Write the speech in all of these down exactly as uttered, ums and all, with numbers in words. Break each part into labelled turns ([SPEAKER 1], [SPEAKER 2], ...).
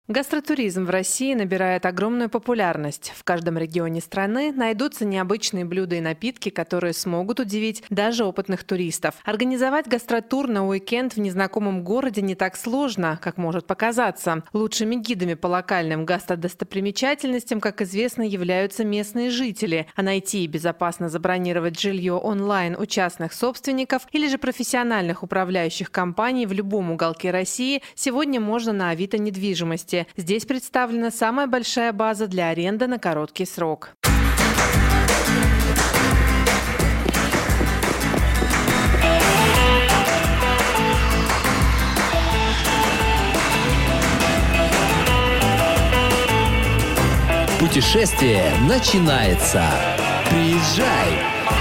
[SPEAKER 1] Гастротуризм в России набирает огромную популярность. В каждом регионе страны найдутся необычные блюда и напитки, которые смогут удивить даже опытных туристов. Организовать гастротур на уикенд в незнакомом городе не так сложно, как может показаться. Лучшими гидами по локальным гастродостопримечательностям, как известно, являются местные жители. А найти и безопасно забронировать жилье онлайн у частных собственников или же профессиональных управляющих компаний в любом уголке России сегодня можно на Авито недвижимости. Здесь представлена самая большая база для аренды на короткий срок.
[SPEAKER 2] Путешествие начинается. Приезжай!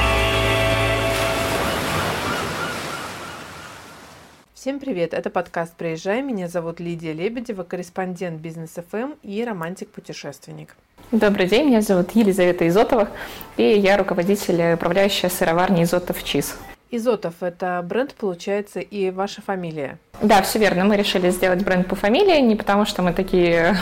[SPEAKER 1] Всем привет! Это подкаст «Приезжай». Меня зовут Лидия Лебедева, корреспондент Бизнес эф эм и романтик-путешественник.
[SPEAKER 3] Добрый день, меня зовут Елизавета Изотова, и я руководитель и управляющая сыроварни «Изотов Чиз».
[SPEAKER 1] Изотов – это бренд, получается, и ваша фамилия?
[SPEAKER 3] Да, все верно. Мы решили сделать бренд по фамилии, не потому что мы такие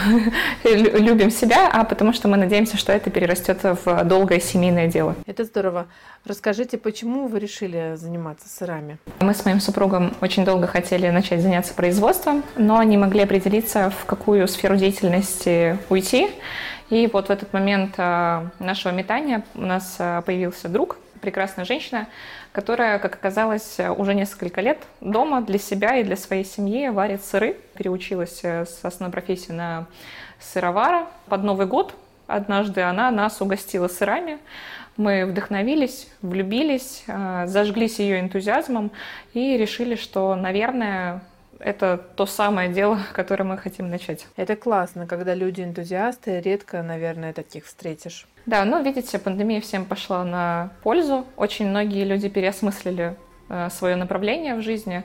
[SPEAKER 3] любим себя, а потому что мы надеемся, что это перерастет в долгое семейное дело.
[SPEAKER 1] Это здорово. Расскажите, почему вы решили заниматься сырами?
[SPEAKER 3] Мы с моим супругом очень долго хотели начать заняться производством, но не могли определиться, в какую сферу деятельности уйти. И вот в этот момент нашего метания у нас появился друг, прекрасная женщина, которая, как оказалось, уже несколько лет дома для себя и для своей семьи варит сыры. Переучилась с основной профессии на сыровара. Под Новый год однажды она нас угостила сырами. Мы вдохновились, влюбились, зажглись ее энтузиазмом и решили, что, наверное, это то самое дело, которое мы хотим начать.
[SPEAKER 1] Это классно, когда люди-энтузиасты, редко, наверное, таких встретишь.
[SPEAKER 3] Да, ну, видите, пандемия всем пошла на пользу. Очень многие люди переосмыслили э, свое направление в жизни,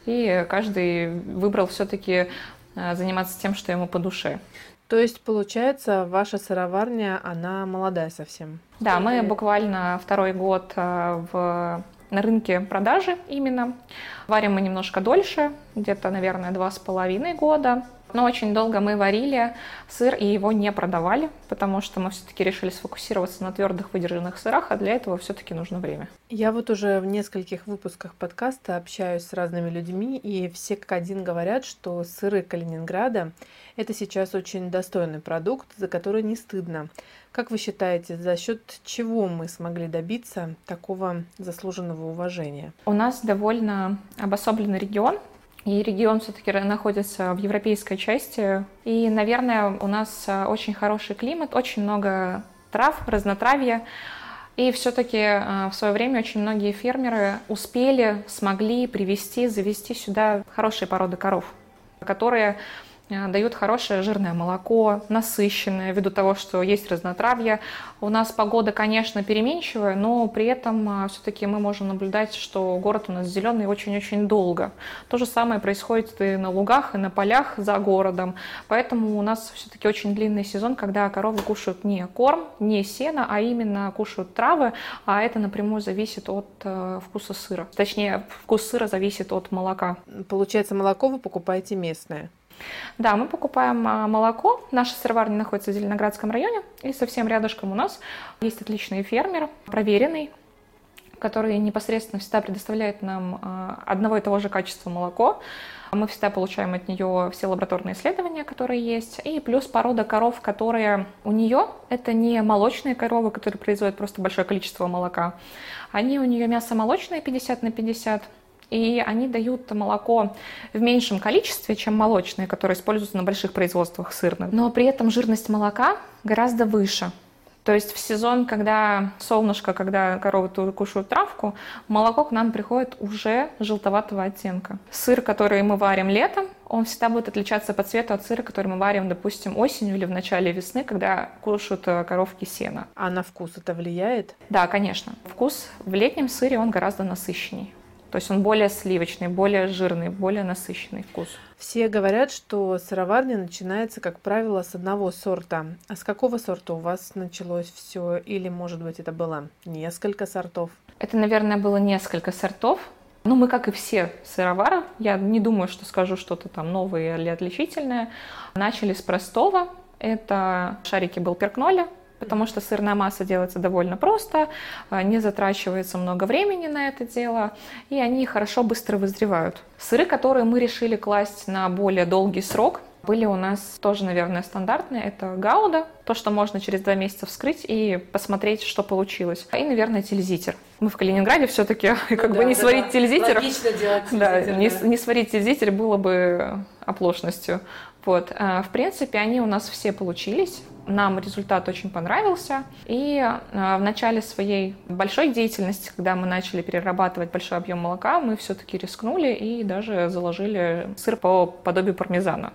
[SPEAKER 3] и каждый выбрал все-таки э, заниматься тем, что ему по душе.
[SPEAKER 1] То есть, получается, ваша сыроварня, она молодая совсем?
[SPEAKER 3] Да, мы буквально второй год э, в... на рынке продажи именно. Варим мы немножко дольше, где-то, наверное, два с половиной года. Но очень долго мы варили сыр и его не продавали, потому что мы все-таки решили сфокусироваться на твердых выдержанных сырах, а для этого все-таки нужно время.
[SPEAKER 1] Я вот уже в нескольких выпусках подкаста общаюсь с разными людьми, и все как один говорят, что сыры Калининграда – это сейчас очень достойный продукт, за который не стыдно. Как вы считаете, за счет чего мы смогли добиться такого заслуженного уважения?
[SPEAKER 3] У нас довольно обособленный регион. И регион все-таки находится в европейской части. И, наверное, у нас очень хороший климат, очень много трав, разнотравья. И все-таки в свое время очень многие фермеры успели, смогли привести, завести сюда хорошие породы коров, которые дают хорошее жирное молоко, насыщенное, ввиду того, что есть разнотравье. У нас погода, конечно, переменчивая, но при этом все-таки мы можем наблюдать, что город у нас зеленый очень-очень долго. То же самое происходит и на лугах, и на полях за городом. Поэтому у нас все-таки очень длинный сезон, когда коровы кушают не корм, не сено, а именно кушают травы, а это напрямую зависит от э, вкуса сыра. Точнее, вкус сыра зависит от молока.
[SPEAKER 1] Получается, молоко вы покупаете местное?
[SPEAKER 3] Да, мы покупаем молоко. Наша сыроварня находится в Зеленоградском районе, и совсем рядышком у нас есть отличный фермер, проверенный, который непосредственно всегда предоставляет нам одного и того же качества молоко. Мы всегда получаем от нее все лабораторные исследования, которые есть, и плюс порода коров, которые у нее, это не молочные коровы, которые производят просто большое количество молока. Они у нее мясомолочные пятьдесят на пятьдесят. И они дают молоко в меньшем количестве, чем молочные, которые используются на больших производствах сырных. Но при этом жирность молока гораздо выше. То есть в сезон, когда солнышко, когда коровы кушают травку, молоко к нам приходит уже желтоватого оттенка. Сыр, который мы варим летом, он всегда будет отличаться по цвету от сыра, который мы варим, допустим, осенью или в начале весны, когда кушают коровки сена.
[SPEAKER 1] А на вкус это влияет?
[SPEAKER 3] Да, конечно. Вкус в летнем сыре, он гораздо насыщенней. То есть он более сливочный, более жирный, более насыщенный вкус.
[SPEAKER 1] Все говорят, что сыроварня начинается, как правило, с одного сорта. А с какого сорта у вас началось все? Или, может быть, это было несколько сортов?
[SPEAKER 3] Это, наверное, было несколько сортов. Ну, мы, как и все сыровары, я не думаю, что скажу что-то там новое или отличительное, начали с простого. Это шарики балперкноля, потому что сырная масса делается довольно просто, не затрачивается много времени на это дело, и они хорошо быстро вызревают. Сыры, которые мы решили класть на более долгий срок, были у нас тоже, наверное, стандартные. Это гауда, то, что можно через два месяца вскрыть и посмотреть, что получилось. И, наверное, тильзитер. Мы в Калининграде все-таки, ну, как да, бы не да, сварить да. тильзитер.
[SPEAKER 1] Логично делать тильзитер.
[SPEAKER 3] Да, да. Не, не сварить тильзитер было бы оплошностью. Вот. В принципе, они у нас все получились. Нам результат очень понравился. И в начале своей большой деятельности, когда мы начали перерабатывать большой объем молока, мы все-таки рискнули и даже заложили сыр по подобию пармезана.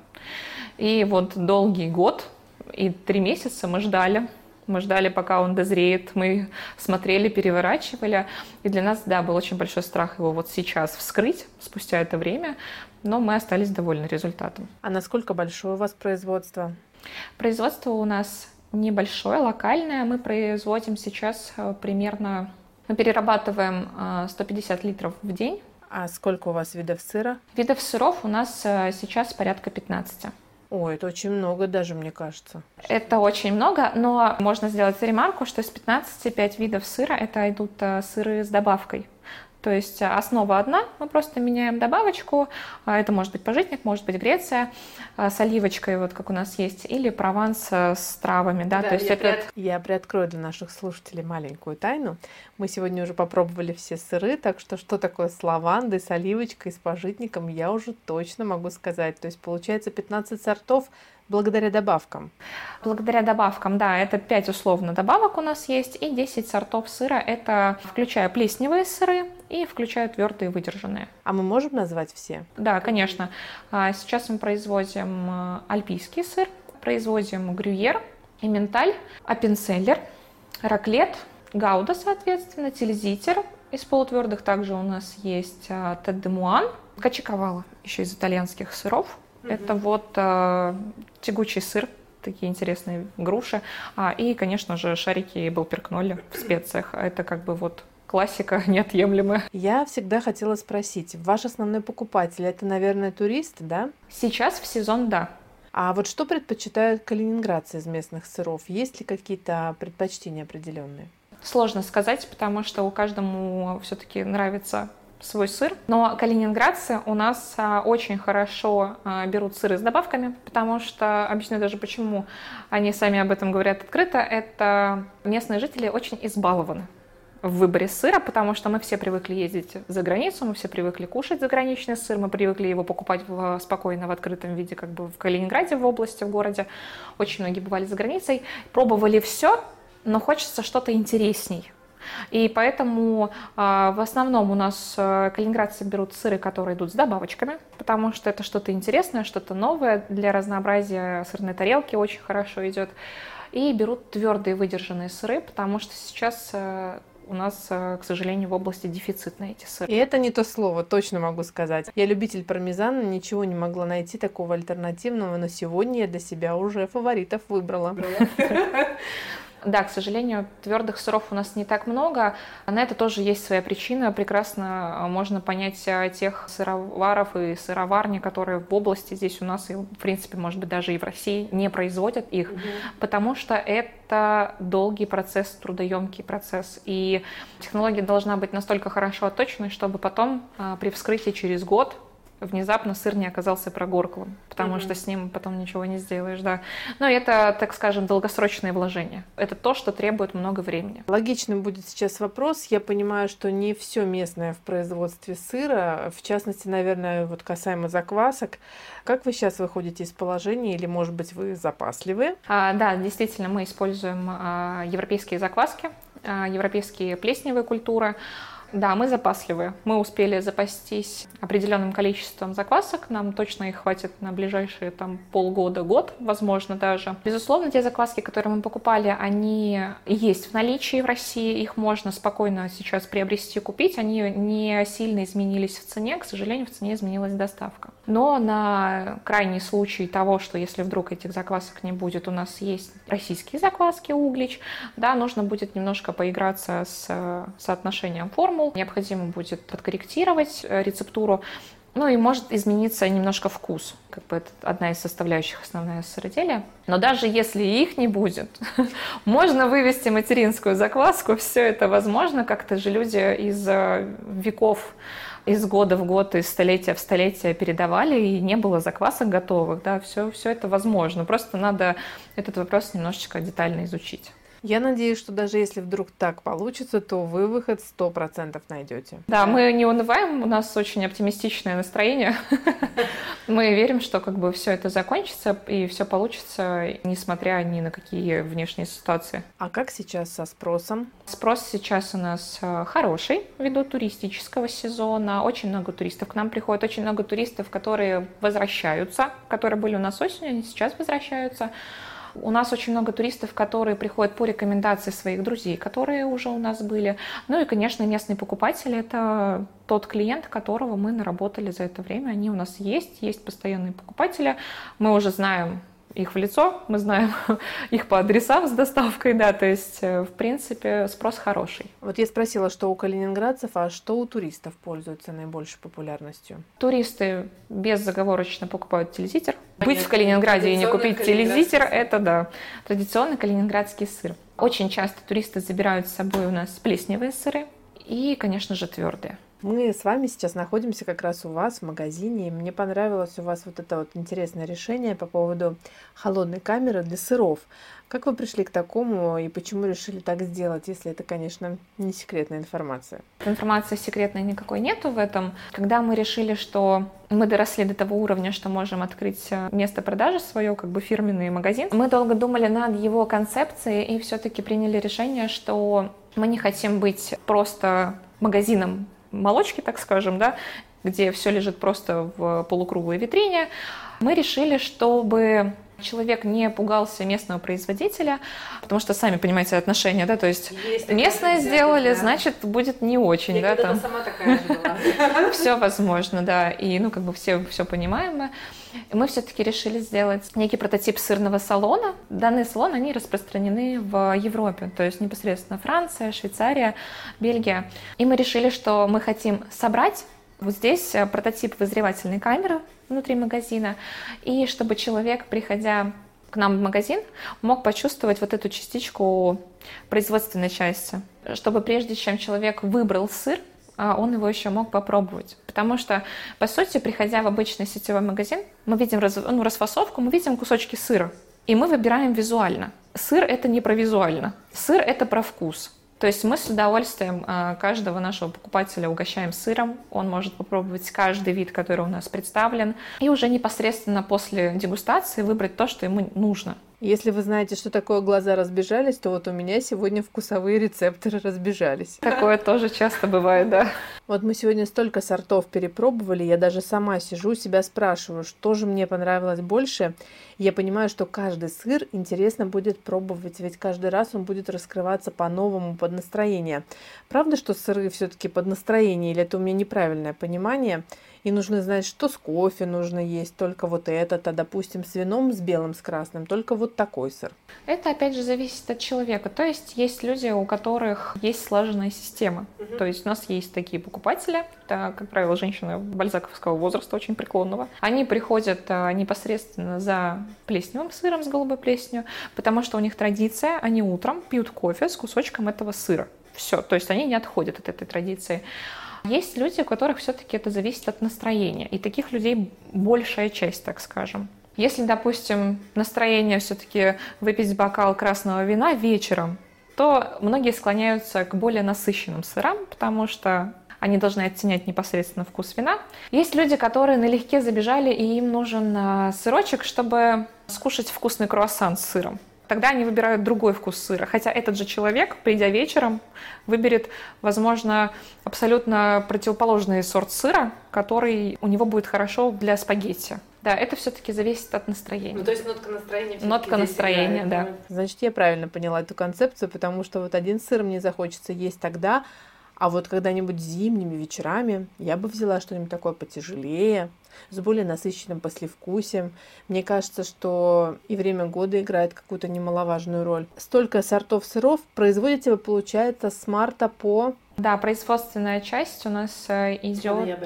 [SPEAKER 3] И вот долгий год и три месяца мы ждали. Мы ждали, пока он дозреет. Мы смотрели, переворачивали. И для нас, да, был очень большой страх его вот сейчас вскрыть, спустя это время. Но мы остались довольны результатом.
[SPEAKER 1] А насколько большое у вас производство?
[SPEAKER 3] Производство у нас небольшое, локальное. Мы производим сейчас примерно... Мы перерабатываем сто пятьдесят литров в день.
[SPEAKER 1] А сколько у вас видов сыра?
[SPEAKER 3] Видов сыров у нас сейчас порядка пятнадцати.
[SPEAKER 1] Ой, это очень много даже, мне кажется.
[SPEAKER 3] Это очень много, но можно сделать ремарку, что из пятнадцати пять видов сыра это идут сыры с добавкой. То есть основа одна, мы просто меняем добавочку. Это может быть пажитник, может быть Греция с оливочкой, вот как у нас есть, или прованс с травами. Да?
[SPEAKER 1] Да,
[SPEAKER 3] То есть
[SPEAKER 1] я,
[SPEAKER 3] это...
[SPEAKER 1] приот... я приоткрою для наших слушателей маленькую тайну. Мы сегодня уже попробовали все сыры, так что что такое с лавандой, с оливочкой, с пажитником, я уже точно могу сказать. То есть получается пятнадцать сортов благодаря добавкам.
[SPEAKER 3] Благодаря добавкам, да, это пять условно добавок у нас есть, и десять сортов сыра, это включая плесневые сыры и включая твердые выдержанные.
[SPEAKER 1] А мы можем назвать все?
[SPEAKER 3] Да, конечно. Сейчас мы производим альпийский сыр, производим грюйер, эмменталь, аппенцеллер, раклет, гауда, соответственно, тильзитер. Из полутвердых также у нас есть тет де муан, качекавала, еще из итальянских сыров. Mm-hmm. Это вот э, тягучий сыр, такие интересные груши. А, и, конечно же, шарики балперкноля в специях. Это как бы вот классика неотъемлемая.
[SPEAKER 1] Я всегда хотела спросить, ваш основной покупатель, это, наверное, туристы, да?
[SPEAKER 3] Сейчас в сезон, да.
[SPEAKER 1] А вот что предпочитают калининградцы из местных сыров? Есть ли какие-то предпочтения определенные?
[SPEAKER 3] Сложно сказать, потому что у каждому все-таки нравится свой сыр. Но калининградцы у нас а, очень хорошо а, берут сыры с добавками, потому что, объясню даже почему они сами об этом говорят открыто, это местные жители очень избалованы в выборе сыра, потому что мы все привыкли ездить за границу, мы все привыкли кушать заграничный сыр, мы привыкли его покупать в, спокойно в открытом виде, как бы в Калининграде, в области, в городе. Очень многие бывали за границей, пробовали все, но хочется что-то интересней. И поэтому э, в основном у нас э, калининградцы берут сыры, которые идут с добавочками, потому что это что-то интересное, что-то новое, для разнообразия сырной тарелки очень хорошо идет. И берут твердые выдержанные сыры, потому что сейчас э, у нас, э, к сожалению, в области дефицитные эти сыры.
[SPEAKER 1] И это не то слово, точно могу сказать. Я любитель пармезана, ничего не могла найти такого альтернативного, но сегодня я для себя уже фаворитов выбрала.
[SPEAKER 3] Да, к сожалению, твердых сыров у нас не так много. На это тоже есть своя причина. Прекрасно можно понять тех сыроваров и сыроварни, которые в области здесь у нас, и, в принципе, может быть, даже и в России не производят их, угу. потому что это долгий процесс, трудоемкий процесс. И технология должна быть настолько хорошо отточенной, чтобы потом при вскрытии через год внезапно сыр не оказался прогорклым, потому mm-hmm. что с ним потом ничего не сделаешь, да. Но это, так скажем, долгосрочные вложения. Это то, что требует много времени.
[SPEAKER 1] Логичным будет сейчас вопрос. Я понимаю, что не все местное в производстве сыра, в частности, наверное, вот касаемо заквасок. Как вы сейчас выходите из положения, или, может быть, вы запасливы?
[SPEAKER 3] А, да, действительно, мы используем а, европейские закваски, а, европейские плесневые культуры. Да, мы запасливые. Мы успели запастись определенным количеством заквасок. Нам точно их хватит на ближайшие там, полгода, год, возможно, даже. Безусловно, те закваски, которые мы покупали, они есть в наличии в России. Их можно спокойно сейчас приобрести и купить. Они не сильно изменились в цене. К сожалению, в цене изменилась доставка. Но на крайний случай того, что если вдруг этих заквасок не будет, у нас есть российские закваски Углич, да, нужно будет немножко поиграться с соотношением формул, необходимо будет подкорректировать рецептуру. Ну и может измениться немножко вкус, как бы это одна из составляющих основная сыроделия. Но даже если их не будет, можно вывести материнскую закваску, все это возможно. Как-то же люди из веков, из года в год, из столетия в столетие передавали, и не было заквасок готовых, да, все, все это возможно. Просто надо этот вопрос немножечко детально изучить.
[SPEAKER 1] Я надеюсь, что даже если вдруг так получится, то вы выход сто процентов найдете.
[SPEAKER 3] Да, мы не унываем, у нас очень оптимистичное настроение. Мы верим, что как бы все это закончится и все получится, несмотря ни на какие внешние ситуации.
[SPEAKER 1] А как сейчас со спросом?
[SPEAKER 3] Спрос сейчас у нас хороший ввиду туристического сезона. Очень много туристов к нам приходит, очень много туристов, которые возвращаются, которые были у нас осенью, они сейчас возвращаются. У нас очень много туристов, которые приходят по рекомендации своих друзей, которые уже у нас были. Ну и, конечно, местные покупатели – это тот клиент, которого мы наработали за это время. Они у нас есть, есть постоянные покупатели. Мы уже знаем их в лицо, мы знаем их по адресам с доставкой, да, то есть, в принципе, спрос хороший.
[SPEAKER 1] Вот я спросила, что у калининградцев, а что у туристов пользуется наибольшей популярностью?
[SPEAKER 3] Туристы безоговорочно покупают телезитер. Быть в Калининграде и не купить телезитер – это, да, традиционный калининградский сыр. Очень часто туристы забирают с собой у нас плесневые сыры и, конечно же, твердые.
[SPEAKER 1] Мы с вами сейчас находимся как раз у вас в магазине, и мне понравилось у вас вот это вот интересное решение по поводу холодной камеры для сыров. Как вы пришли к такому и почему решили так сделать, если это, конечно, не секретная информация?
[SPEAKER 3] Информации секретной никакой нету в этом. Когда мы решили, что мы доросли до того уровня, что можем открыть место продажи свое, как бы фирменный магазин, мы долго думали над его концепцией и все-таки приняли решение, что мы не хотим быть просто магазином молочки, так скажем, да, где все лежит просто в полукруглой витрине. Мы решили, чтобы человек не пугался местного производителя, потому что, сами понимаете, отношения, да, то есть, есть местное сделали, да, значит, будет не очень,
[SPEAKER 1] я
[SPEAKER 3] да, там.
[SPEAKER 1] Сама такая же была.
[SPEAKER 3] Все возможно, да, и, ну, как бы все, все понимаем. Мы все-таки решили сделать некий прототип сырного салона. Данные салоны, они распространены в Европе, то есть непосредственно Франция, Швейцария, Бельгия. И мы решили, что мы хотим собрать вот здесь прототип вызревательной камеры внутри магазина, и чтобы человек, приходя к нам в магазин, мог почувствовать вот эту частичку производственной части, чтобы прежде чем человек выбрал сыр, он его еще мог попробовать. Потому что, по сути, приходя в обычный сетевой магазин, мы видим раз, ну, расфасовку, мы видим кусочки сыра, и мы выбираем визуально. Сыр – это не про визуально, сыр – это про вкус. То есть мы с удовольствием каждого нашего покупателя угощаем сыром, он может попробовать каждый вид, который у нас представлен, и уже непосредственно после дегустации выбрать то, что ему нужно.
[SPEAKER 1] Если вы знаете, что такое глаза разбежались, то вот у меня сегодня вкусовые рецепторы разбежались.
[SPEAKER 3] Такое тоже часто бывает, да.
[SPEAKER 1] Вот мы сегодня столько сортов перепробовали, я даже сама сижу, себя спрашиваю, что же мне понравилось больше. Я понимаю, что каждый сыр интересно будет пробовать, ведь каждый раз он будет раскрываться по-новому, под настроение. Правда, что сыры все-таки под настроение, или это у меня неправильное понимание? И нужно знать, что с кофе нужно есть, только вот этот, а, допустим, с вином, с белым, с красным, только вот такой сыр.
[SPEAKER 3] Это, опять же, зависит от человека. То есть есть люди, у которых есть слаженная система. Uh-huh. То есть у нас есть такие покупатели, это, как правило, женщины бальзаковского возраста, очень преклонного. Они приходят а, непосредственно за плесневым сыром с голубой плесенью, потому что у них традиция, они утром пьют кофе с кусочком этого сыра. Все, то есть они не отходят от этой традиции. Есть люди, у которых все-таки это зависит от настроения, и таких людей большая часть, так скажем. Если, допустим, настроение все-таки выпить бокал красного вина вечером, то многие склоняются к более насыщенным сырам, потому что они должны оттенять непосредственно вкус вина. Есть люди, которые налегке забежали, и им нужен сырочек, чтобы скушать вкусный круассан с сыром. Тогда они выбирают другой вкус сыра. Хотя этот же человек, придя вечером, выберет, возможно, абсолютно противоположный сорт сыра, который у него будет хорошо для спагетти. Да, это все-таки зависит от настроения.
[SPEAKER 1] Ну, то есть нотка настроения.
[SPEAKER 3] Нотка настроения, да.
[SPEAKER 1] Значит, я правильно поняла эту концепцию, потому что вот один сыр мне захочется есть тогда, А вот когда-нибудь зимними вечерами я бы взяла что-нибудь такое потяжелее, с более насыщенным послевкусием. Мне кажется, что и время года играет какую-то немаловажную роль. Столько сортов сыров производите вы, получается, с марта по...
[SPEAKER 3] Да, производственная часть у нас идет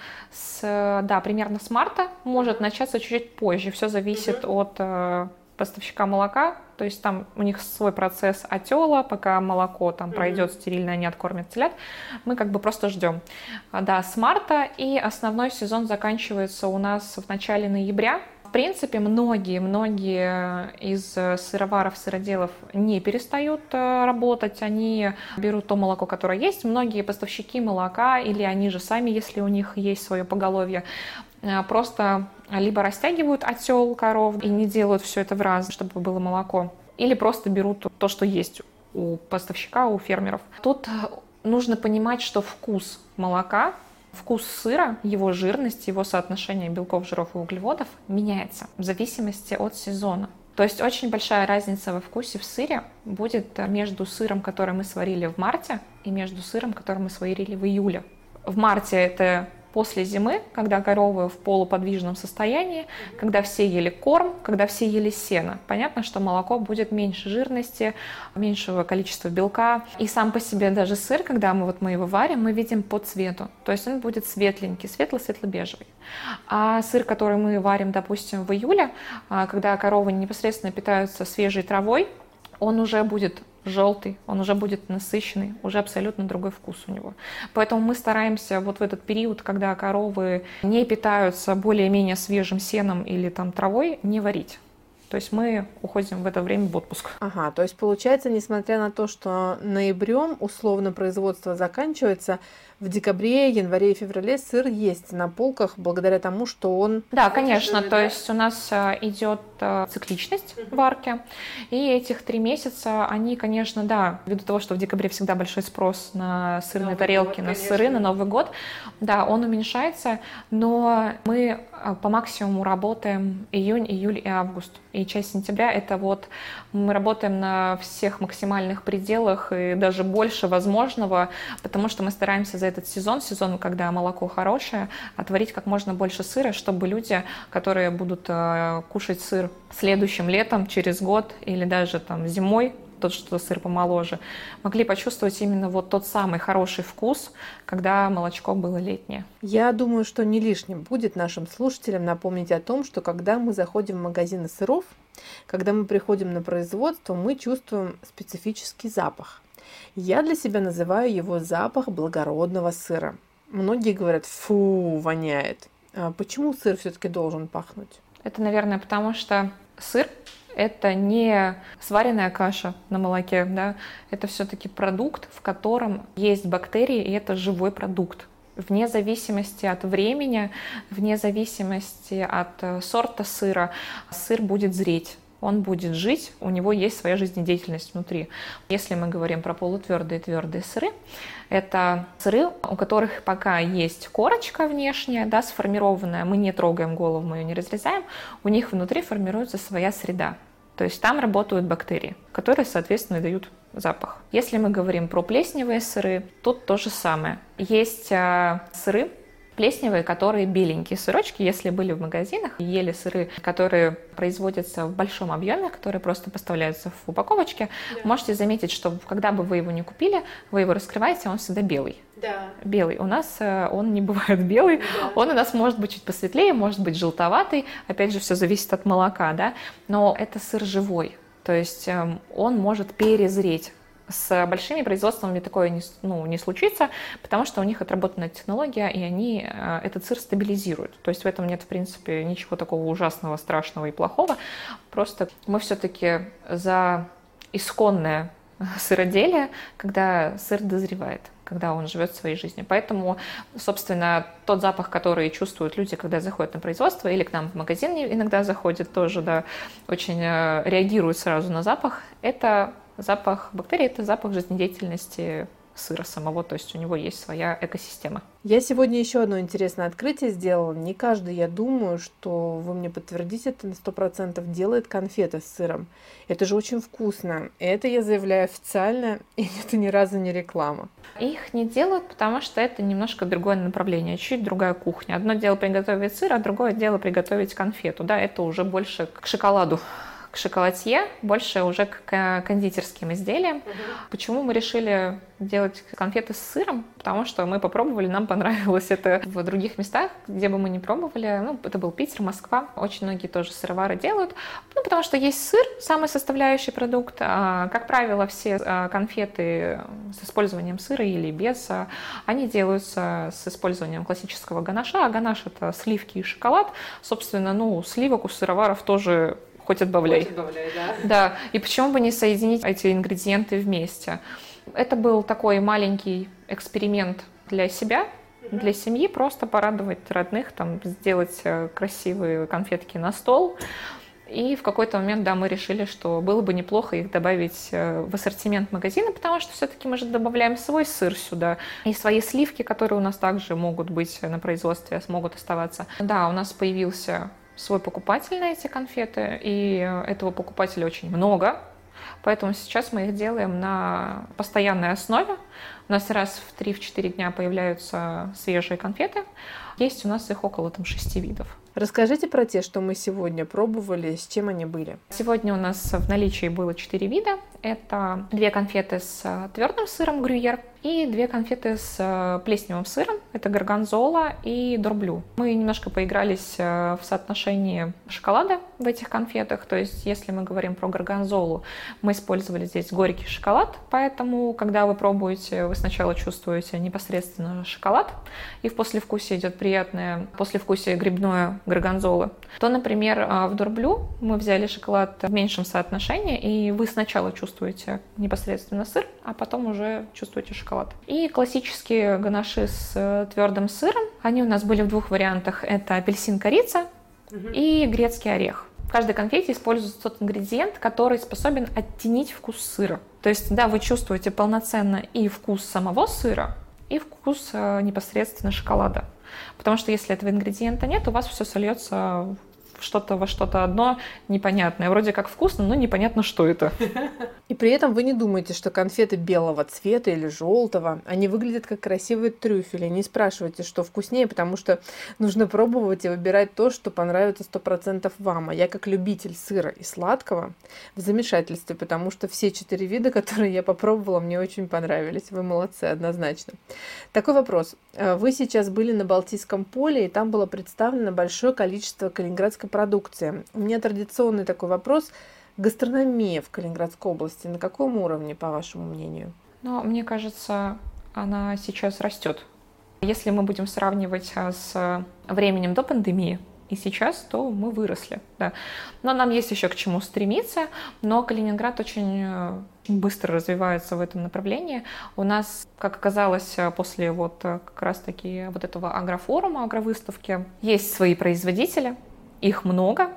[SPEAKER 3] с, да, примерно с марта, может начаться чуть-чуть позже. Все зависит угу. от поставщика молока, то есть там у них свой процесс отела, пока молоко там mm-hmm. пройдет стерильно, они откормят телят, мы как бы просто ждем. Да, с марта, и основной сезон заканчивается у нас в начале ноября. В принципе, многие-многие из сыроваров, сыроделов не перестают работать, они берут то молоко, которое есть. Многие поставщики молока, или они же сами, если у них есть свое поголовье, просто либо растягивают отел коров и не делают все это в раз, чтобы было молоко, или просто берут то, что есть у поставщика, у фермеров. Тут нужно понимать, что вкус молока, вкус сыра, его жирность, его соотношение белков, жиров и углеводов меняется в зависимости от сезона. То есть очень большая разница во вкусе в сыре будет между сыром, который мы сварили в марте, и между сыром, который мы сварили в июле. В марте это после зимы, когда коровы в полуподвижном состоянии, когда все ели корм, когда все ели сено. Понятно, что молоко будет меньше жирности, меньшего количества белка. И сам по себе даже сыр, когда мы, вот мы его варим, мы видим по цвету. То есть он будет светленький, светло-светло-бежевый. А сыр, который мы варим, допустим, в июле, когда коровы непосредственно питаются свежей травой, он уже будет желтый, он уже будет насыщенный, уже абсолютно другой вкус у него. Поэтому мы стараемся вот в этот период, когда коровы не питаются более-менее свежим сеном или там травой, не варить. То есть мы уходим в это время в отпуск.
[SPEAKER 1] Ага, то есть получается, несмотря на то, что ноябрем условно производство заканчивается, в декабре, январе и феврале сыр есть на полках благодаря тому, что он...
[SPEAKER 3] Да, конечно, то есть у нас идет цикличность варки, и этих три месяца, они, конечно, да, ввиду того, что в декабре всегда большой спрос на сырные Новый тарелки, год, на сыры, на Новый год, да, он уменьшается, но мы по максимуму работаем июнь, июль и август. И часть сентября это вот мы работаем на всех максимальных пределах и даже больше возможного, потому что мы стараемся за этот сезон, сезон, когда молоко хорошее, отварить как можно больше сыра, чтобы люди, которые будут э, кушать сыр следующим летом, через год или даже там зимой, тот, что сыр помоложе, могли почувствовать именно вот тот самый хороший вкус, когда молочко было летнее.
[SPEAKER 1] Я думаю, что не лишним будет нашим слушателям напомнить о том, что когда мы заходим в магазины сыров, когда мы приходим на производство, мы чувствуем специфический запах. Я для себя называю его запах благородного сыра. Многие говорят: фу, воняет. А почему сыр все-таки должен пахнуть?
[SPEAKER 3] Это, наверное, потому что сыр – это не сваренная каша на молоке, да? Это все-таки продукт, в котором есть бактерии, и это живой продукт. Вне зависимости от времени, вне зависимости от сорта сыра, сыр будет зреть. Он будет жить, у него есть своя жизнедеятельность внутри. Если мы говорим про полутвердые и твердые сыры, это сыры, у которых пока есть корочка внешняя, да, сформированная, мы не трогаем голову, мы ее не разрезаем, у них внутри формируется своя среда. То есть там работают бактерии, которые, соответственно, дают запах. Если мы говорим про плесневые сыры, тут то же самое. Есть э, сыры плесневые, которые беленькие сырочки, если были в магазинах, ели сыры, которые производятся в большом объеме, которые просто поставляются в упаковочке, да. Можете заметить, что когда бы вы его не купили, вы его раскрываете, он всегда белый.
[SPEAKER 1] Да.
[SPEAKER 3] Белый. У нас он не бывает белый, да. Он у нас может быть чуть посветлее, может быть желтоватый, опять же, все зависит от молока, да, но это сыр живой, то есть он может перезреть. С большими производствами такое не, ну, не случится, потому что у них отработанная технология, и они э, этот сыр стабилизируют. То есть в этом нет, в принципе, ничего такого ужасного, страшного и плохого. Просто мы все-таки за исконное сыроделие, когда сыр дозревает, когда он живет своей жизнью. Поэтому, собственно, тот запах, который чувствуют люди, когда заходят на производство, или к нам в магазин иногда заходят тоже, да, очень реагируют сразу на запах, это запах бактерий, это запах жизнедеятельности сыра самого, то есть у него есть своя экосистема.
[SPEAKER 1] Я сегодня еще одно интересное открытие сделала. Не каждый, я думаю, что вы мне подтвердите это на сто процентов, делает конфеты с сыром. Это же очень вкусно. Это я заявляю официально, и это ни разу не реклама.
[SPEAKER 3] Их не делают, потому что это немножко другое направление, чуть другая кухня. Одно дело приготовить сыр, а другое дело приготовить конфету. Да, это уже больше к шоколаду, к шоколадье, больше уже к кондитерским изделиям. Uh-huh. Почему мы решили делать конфеты с сыром? Потому что мы попробовали, нам понравилось это в других местах, где бы мы ни пробовали. Ну, это был Питер, Москва. Очень многие тоже сыровары делают. Ну, потому что есть сыр, самый составляющий продукт. А, как правило, все конфеты с использованием сыра или без, они делаются с использованием классического ганаша. А ганаш — это сливки и шоколад. Собственно, ну, сливок у сыроваров тоже хоть отбавляй.
[SPEAKER 1] Хоть отбавляй, да.
[SPEAKER 3] Да, и почему бы не соединить эти ингредиенты вместе? Это был такой маленький эксперимент для себя, mm-hmm. для семьи, просто порадовать родных, там, сделать красивые конфетки на стол. И в какой-то момент, да, мы решили, что было бы неплохо их добавить в ассортимент магазина, потому что все-таки мы же добавляем свой сыр сюда и свои сливки, которые у нас также могут быть на производстве, смогут оставаться. Да, у нас появился свой покупатель на эти конфеты, и этого покупателя очень много, поэтому сейчас мы их делаем на постоянной основе. У нас раз в три-четыре дня появляются свежие конфеты. Есть у нас их около там, шести видов.
[SPEAKER 1] Расскажите про те, что мы сегодня пробовали, с чем они были.
[SPEAKER 3] Сегодня у нас в наличии было четыре вида. Это две конфеты с твердым сыром грюйер и две конфеты с плесневым сыром. Это горгонзола и дорблю. Мы немножко поигрались в соотношении шоколада в этих конфетах. То есть, если мы говорим про горгонзолу, мы использовали здесь горький шоколад. Поэтому, когда вы пробуете, вы сначала чувствуете непосредственно шоколад, и в послевкусии идет приятное послевкусие грибное горгонзолы. То, например, в дорблю мы взяли шоколад в меньшем соотношении, и вы сначала чувствуете непосредственно сыр, а потом уже чувствуете шоколад. И классические ганаши с твердым сыром, они у нас были в двух вариантах. Это апельсин-корица угу. и грецкий орех. В каждой конфете используется тот ингредиент, который способен оттенить вкус сыра. То есть, да, вы чувствуете полноценно и вкус самого сыра, и вкус непосредственно шоколада. Потому что если этого ингредиента нет, у вас все сольется что-то во что-то одно непонятное. Вроде как вкусно, но непонятно, что это.
[SPEAKER 1] И при этом вы не думаете, что конфеты белого цвета или желтого, они выглядят как красивые трюфели. Не спрашивайте, что вкуснее, потому что нужно пробовать и выбирать то, что понравится сто процентов вам. А я как любитель сыра и сладкого в замешательстве, потому что все четыре вида, которые я попробовала, мне очень понравились. Вы молодцы, однозначно. Такой вопрос. Вы сейчас были на Балтийском поле, и там было представлено большое количество калининградской продукции. У меня традиционный такой вопрос. Гастрономия в Калининградской области на каком уровне, по вашему мнению?
[SPEAKER 3] Ну, мне кажется, она сейчас растет. Если мы будем сравнивать с временем до пандемии и сейчас, то мы выросли. Да. Но нам есть еще к чему стремиться, но Калининград очень быстро развивается в этом направлении. У нас, как оказалось, после вот как раз-таки вот этого агрофорума, агровыставки, есть свои производители, их много,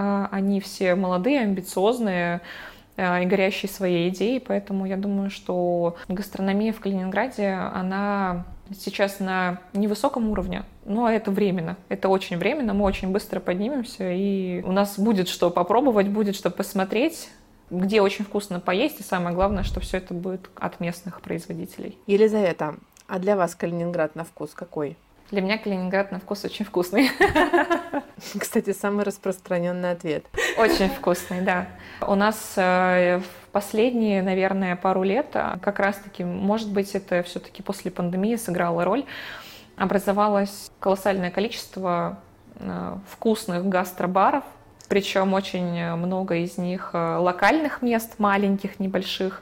[SPEAKER 3] они все молодые, амбициозные и горящие своей идеей, поэтому я думаю, что гастрономия в Калининграде, она сейчас на невысоком уровне, но это временно, это очень временно, мы очень быстро поднимемся, и у нас будет что попробовать, будет что посмотреть, где очень вкусно поесть, и самое главное, что все это будет от местных производителей.
[SPEAKER 1] Елизавета, а для вас Калининград на вкус какой?
[SPEAKER 3] Для меня Калининград на вкус очень вкусный.
[SPEAKER 1] Кстати, самый распространенный ответ.
[SPEAKER 3] Очень вкусный, да. У нас в последние, наверное, пару лет, как раз-таки, может быть, это все-таки после пандемии сыграло роль, образовалось колоссальное количество вкусных гастробаров, причем очень много из них локальных мест, маленьких, небольших,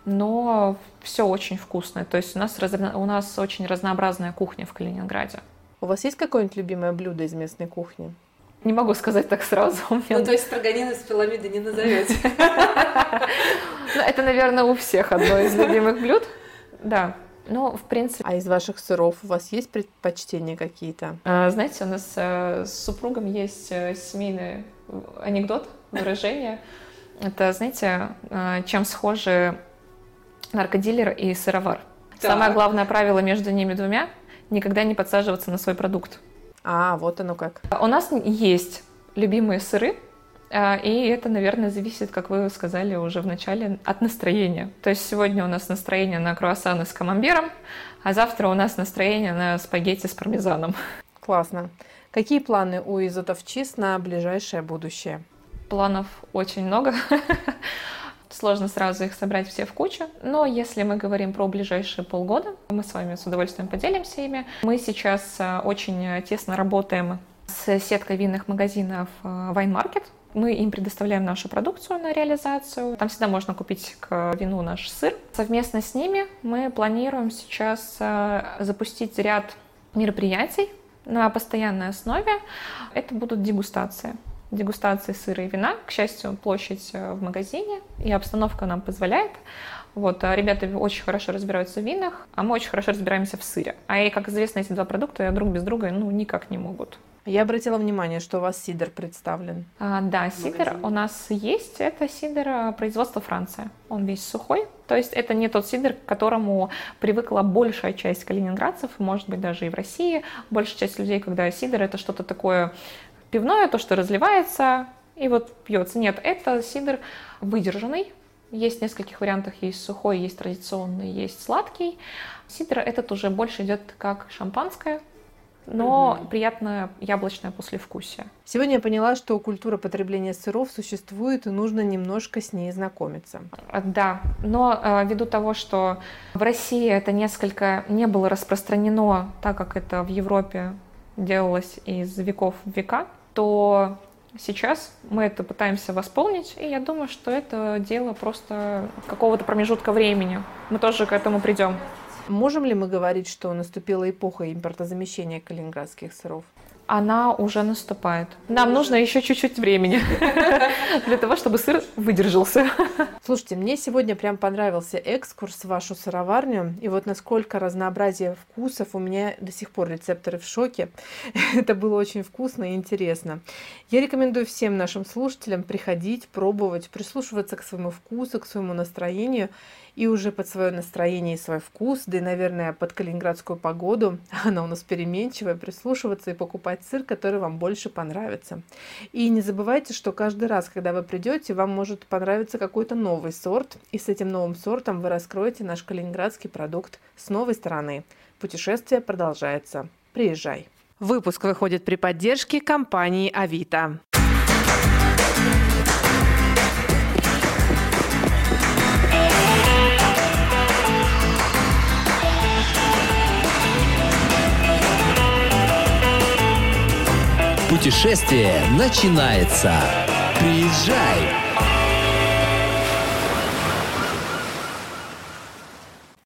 [SPEAKER 3] но все очень вкусное. То есть у нас, у нас очень разнообразная кухня в Калининграде.
[SPEAKER 1] У вас есть какое-нибудь любимое блюдо из местной кухни?
[SPEAKER 3] Не могу сказать так сразу.
[SPEAKER 1] Ну, то есть строганины с пиламидой не назовете?
[SPEAKER 3] Это, наверное, у всех одно из любимых блюд. Да. Ну, в принципе...
[SPEAKER 1] А из ваших сыров у вас есть предпочтения какие-то?
[SPEAKER 3] Знаете, у нас с супругом есть семейный анекдот, выражение. Это, знаете, чем схожи наркодилер и сыровар. Так. Самое главное правило между ними двумя – никогда не подсаживаться на свой продукт.
[SPEAKER 1] А, вот оно как.
[SPEAKER 3] У нас есть любимые сыры, и это, наверное, зависит, как вы сказали уже в начале, от настроения. То есть сегодня у нас настроение на круассаны с камамбером, а завтра у нас настроение на спагетти с пармезаном.
[SPEAKER 1] Классно. Какие планы у Is Out of Cheese на ближайшее будущее?
[SPEAKER 3] Планов очень много. Сложно сразу их собрать все в кучу, но если мы говорим про ближайшие полгода, мы с вами с удовольствием поделимся ими. Мы сейчас очень тесно работаем с сеткой винных магазинов Wine Market. Мы им предоставляем нашу продукцию на реализацию. Там всегда можно купить к вину наш сыр. Совместно с ними мы планируем сейчас запустить ряд мероприятий на постоянной основе. Это будут дегустации. Дегустации сыра и вина. К счастью, площадь в магазине и обстановка нам позволяет. Вот, ребята очень хорошо разбираются в винах, а мы очень хорошо разбираемся в сыре. А и, как известно, эти два продукта друг без друга ну, никак не могут.
[SPEAKER 1] Я обратила внимание, что у вас сидр представлен.
[SPEAKER 3] А, да, сидр у нас есть. Это сидр производства Франция. Он весь сухой. То есть это не тот сидр, к которому привыкла большая часть калининградцев, может быть, даже и в России. Большая часть людей, когда сидр, это что-то такое пивное, то, что разливается и вот пьется. Нет, это сидр выдержанный. Есть в нескольких вариантах. Есть сухой, есть традиционный, есть сладкий. Сидр этот уже больше идет как шампанское, но mm-hmm. приятное яблочное послевкусие.
[SPEAKER 1] Сегодня я поняла, что культура потребления сыров существует, и нужно немножко с ней знакомиться.
[SPEAKER 3] Да, но э, ввиду того, что в России это несколько не было распространено, так как это в Европе делалось из веков в века, то сейчас мы это пытаемся восполнить, и я думаю, что это дело просто какого-то промежутка времени. Мы тоже к этому придем.
[SPEAKER 1] Можем ли мы говорить, что наступила эпоха импортозамещения калининградских сыров?
[SPEAKER 3] Она уже наступает. Нам нужно еще чуть-чуть времени для того, чтобы сыр выдержался.
[SPEAKER 1] Слушайте, мне сегодня прям понравился экскурс в вашу сыроварню. И вот насколько разнообразие вкусов, у меня до сих пор рецепторы в шоке. Это было очень вкусно и интересно. Я рекомендую всем нашим слушателям приходить, пробовать, прислушиваться к своему вкусу, к своему настроению. И уже под свое настроение и свой вкус, да и, наверное, под калининградскую погоду, она у нас переменчивая, прислушиваться и покупать сыр, который вам больше понравится. И не забывайте, что каждый раз, когда вы придете, вам может понравиться какой-то новый сорт, и с этим новым сортом вы раскроете наш калининградский продукт с новой стороны. Путешествие продолжается. Приезжай. Выпуск выходит при поддержке компании Авито.
[SPEAKER 2] Путешествие начинается. Приезжай!